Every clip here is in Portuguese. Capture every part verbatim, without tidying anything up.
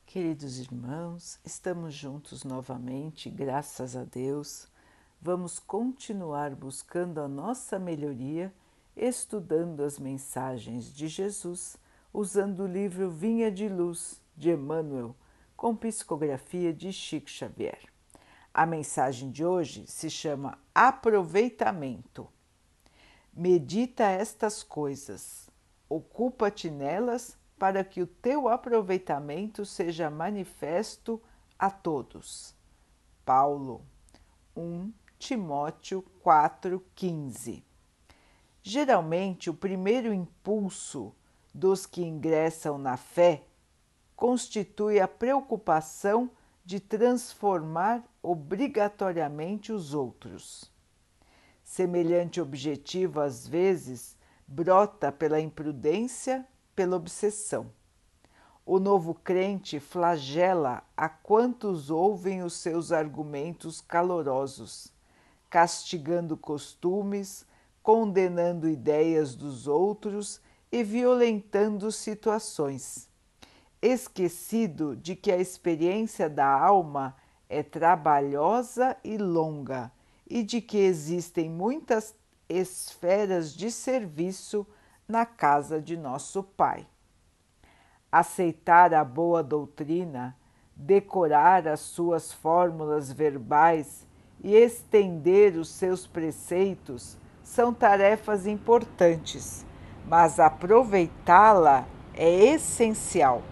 Queridos irmãos, estamos juntos novamente, graças a Deus. Vamos continuar buscando a nossa melhoria, estudando as mensagens de Jesus, usando o livro Vinha de Luz, de Emmanuel, com psicografia de Chico Xavier. A mensagem de hoje se chama Aproveitamento. Medita estas coisas, ocupa-te nelas para que o teu aproveitamento seja manifesto a todos. Paulo, primeira Timóteo quatro, quinze. Geralmente, o primeiro impulso dos que ingressam na fé constitui a preocupação de transformar obrigatoriamente os outros. Semelhante objetivo, às vezes, brota pela imprudência, pela obsessão. O novo crente flagela a quantos ouvem os seus argumentos calorosos, castigando costumes, condenando ideias dos outros e violentando situações, esquecido de que a experiência da alma é trabalhosa e longa e de que existem muitas esferas de serviço na casa de nosso Pai. Aceitar a boa doutrina, decorar as suas fórmulas verbais e estender os seus preceitos são tarefas importantes, mas aproveitá-la é essencial.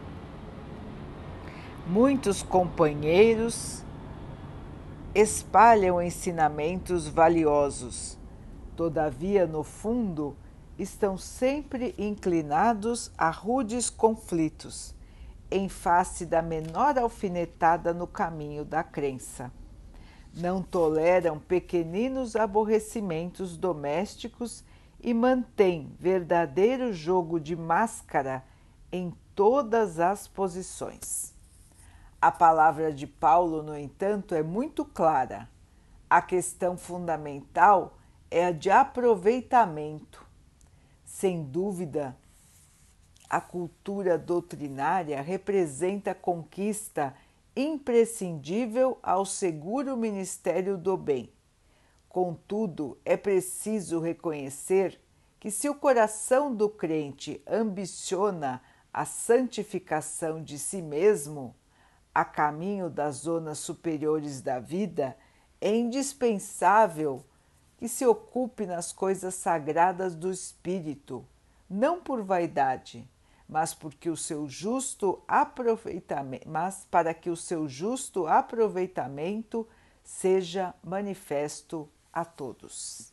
Muitos companheiros espalham ensinamentos valiosos, todavia, no fundo, estão sempre inclinados a rudes conflitos, em face da menor alfinetada no caminho da crença. Não toleram pequeninos aborrecimentos domésticos e mantêm verdadeiro jogo de máscara em todas as posições. A palavra de Paulo, no entanto, é muito clara. A questão fundamental é a de aproveitamento. Sem dúvida, a cultura doutrinária representa conquista imprescindível ao seguro ministério do bem. Contudo, é preciso reconhecer que se o coração do crente ambiciona a santificação de si mesmo, a caminho das zonas superiores da vida, é indispensável que se ocupe nas coisas sagradas do espírito, não por vaidade, mas porque o seu justo aproveitamento, mas para que o seu justo aproveitamento seja manifesto a todos.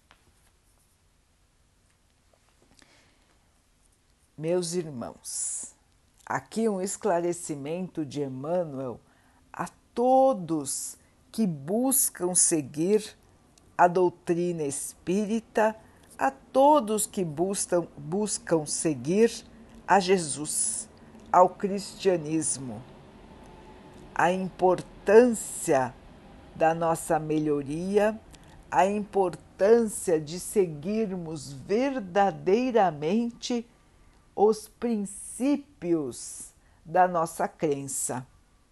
Meus irmãos, aqui um esclarecimento de Emmanuel a todos que buscam seguir a doutrina espírita, a todos que buscam, buscam seguir a Jesus, ao cristianismo. A importância da nossa melhoria, a importância de seguirmos verdadeiramente os princípios da nossa crença.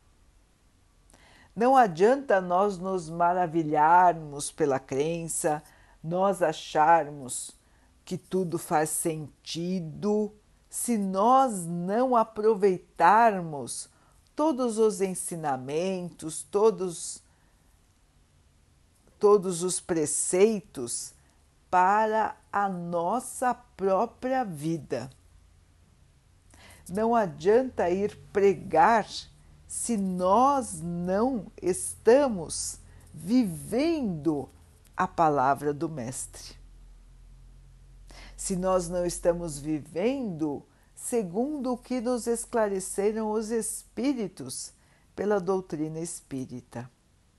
Não adianta nós nos maravilharmos pela crença, nós acharmos que tudo faz sentido, se nós não aproveitarmos todos os ensinamentos, todos, todos os preceitos para a nossa própria vida. Não adianta ir pregar se nós não estamos vivendo a palavra do Mestre. Se nós não estamos vivendo segundo o que nos esclareceram os Espíritos pela doutrina espírita.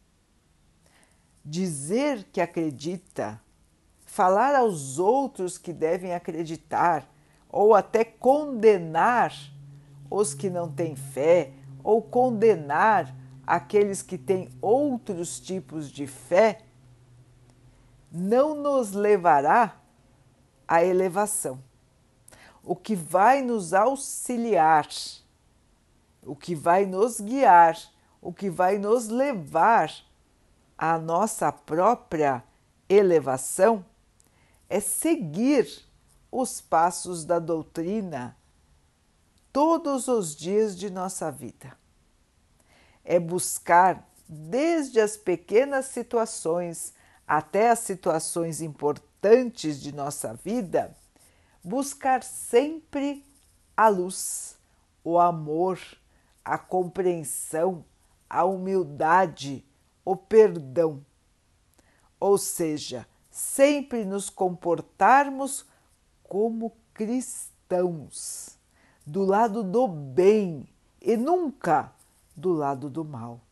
Dizer que acredita, falar aos outros que devem acreditar, ou até condenar os que não têm fé, ou condenar aqueles que têm outros tipos de fé, não nos levará à elevação. O que vai nos auxiliar o que vai nos guiar, o que vai nos levar à nossa própria elevação, é seguir os passos da doutrina todos os dias de nossa vida. É buscar, desde as pequenas situações até as situações importantes de nossa vida, buscar sempre a luz, o amor, a compreensão, a humildade, o perdão. Ou seja, sempre nos comportarmos como cristãos, do lado do bem e nunca do lado do mal.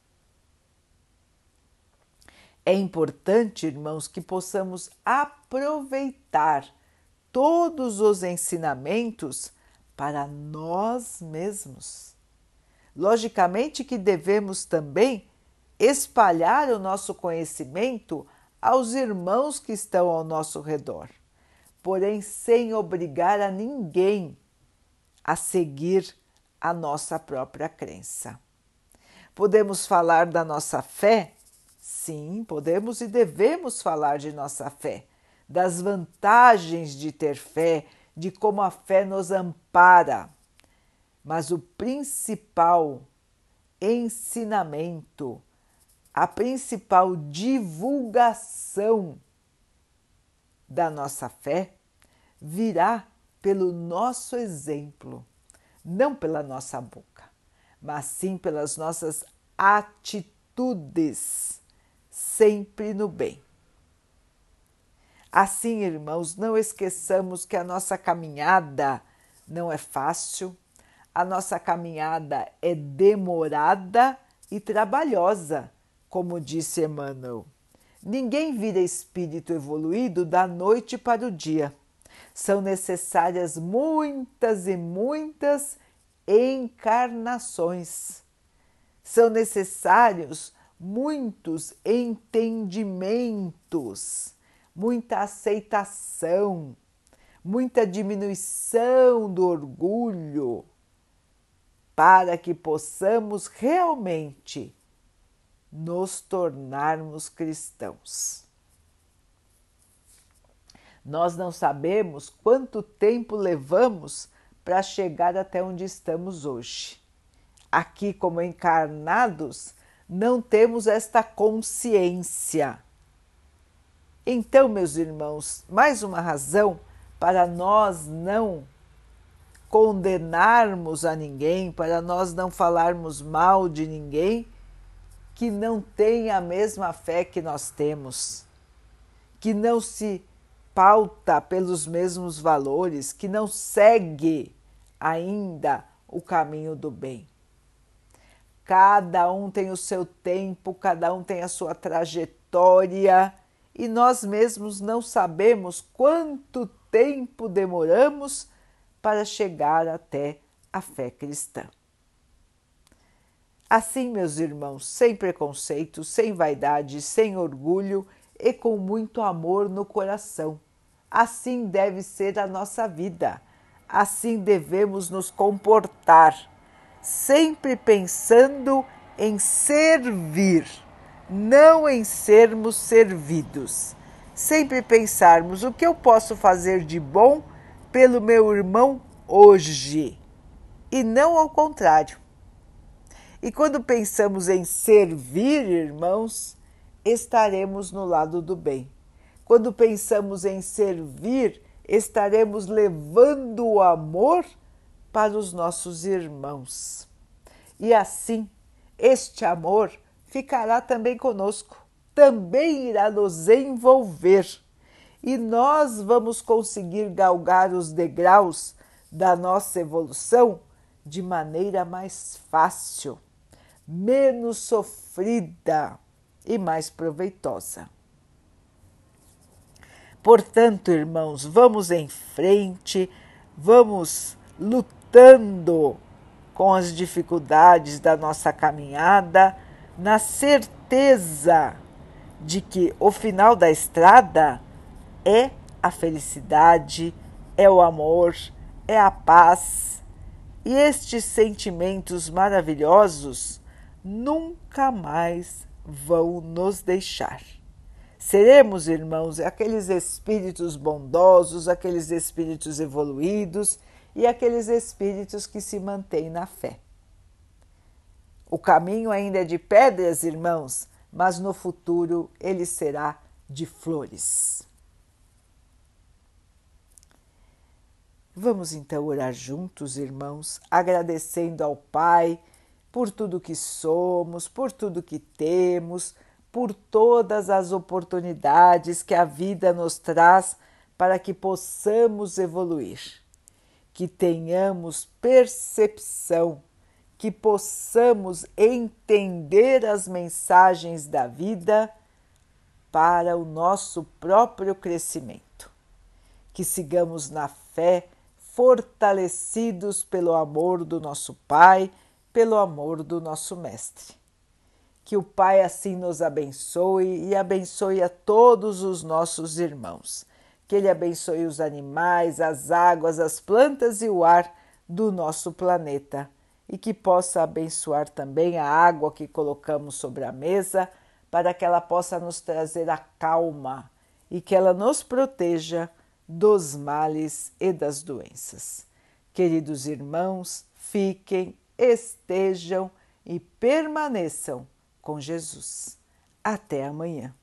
É importante, irmãos, que possamos aproveitar todos os ensinamentos para nós mesmos. Logicamente que devemos também espalhar o nosso conhecimento aos irmãos que estão ao nosso redor, porém sem obrigar a ninguém a seguir a nossa própria crença. Podemos falar da nossa fé? Sim, podemos e devemos falar de nossa fé, das vantagens de ter fé, de como a fé nos ampara. Mas o principal ensinamento, a principal divulgação da nossa fé virá pelo nosso exemplo, não pela nossa boca, mas sim pelas nossas atitudes, sempre no bem. Assim, irmãos, não esqueçamos que a nossa caminhada não é fácil, a nossa caminhada é demorada e trabalhosa, como disse Emmanuel. Ninguém vira espírito evoluído da noite para o dia. São necessárias muitas e muitas encarnações. São necessários muitos entendimentos, muita aceitação, muita diminuição do orgulho, para que possamos realmente nos tornarmos cristãos. Nós não sabemos quanto tempo levamos para chegar até onde estamos hoje. Aqui, como encarnados, não temos esta consciência. Então, meus irmãos, mais uma razão para nós não condenarmos a ninguém, para nós não falarmos mal de ninguém que não tem a mesma fé que nós temos, que não se pauta pelos mesmos valores, que não segue ainda o caminho do bem. Cada um tem o seu tempo, cada um tem a sua trajetória e nós mesmos não sabemos quanto tempo demoramos para chegar até a fé cristã. Assim, meus irmãos, sem preconceito, sem vaidade, sem orgulho e com muito amor no coração. Assim deve ser a nossa vida, assim devemos nos comportar, sempre pensando em servir, não em sermos servidos. Sempre pensarmos o que eu posso fazer de bom pelo meu irmão hoje, e não ao contrário. E quando pensamos em servir, irmãos, estaremos no lado do bem. Quando pensamos em servir, estaremos levando o amor para os nossos irmãos. E assim, este amor ficará também conosco, também irá nos envolver. E nós vamos conseguir galgar os degraus da nossa evolução de maneira mais fácil, menos sofrida e mais proveitosa. Portanto, irmãos, vamos em frente, vamos lutando com as dificuldades da nossa caminhada, na certeza de que o final da estrada é a felicidade, é o amor, é a paz e estes sentimentos maravilhosos nunca mais vão nos deixar. Seremos, irmãos, aqueles espíritos bondosos, aqueles espíritos evoluídos e aqueles espíritos que se mantêm na fé. O caminho ainda é de pedras, irmãos, mas no futuro ele será de flores. Vamos então orar juntos, irmãos, agradecendo ao Pai por tudo que somos, por tudo que temos, por todas as oportunidades que a vida nos traz para que possamos evoluir, que tenhamos percepção, que possamos entender as mensagens da vida para o nosso próprio crescimento, que sigamos na fé, fortalecidos pelo amor do nosso Pai, pelo amor do nosso Mestre. Que o Pai assim nos abençoe e abençoe a todos os nossos irmãos. Que Ele abençoe os animais, as águas, as plantas e o ar do nosso planeta. E que possa abençoar também a água que colocamos sobre a mesa, para que ela possa nos trazer a calma e que ela nos proteja dos males e das doenças. Queridos irmãos, fiquem, estejam e permaneçam com Jesus. Até amanhã.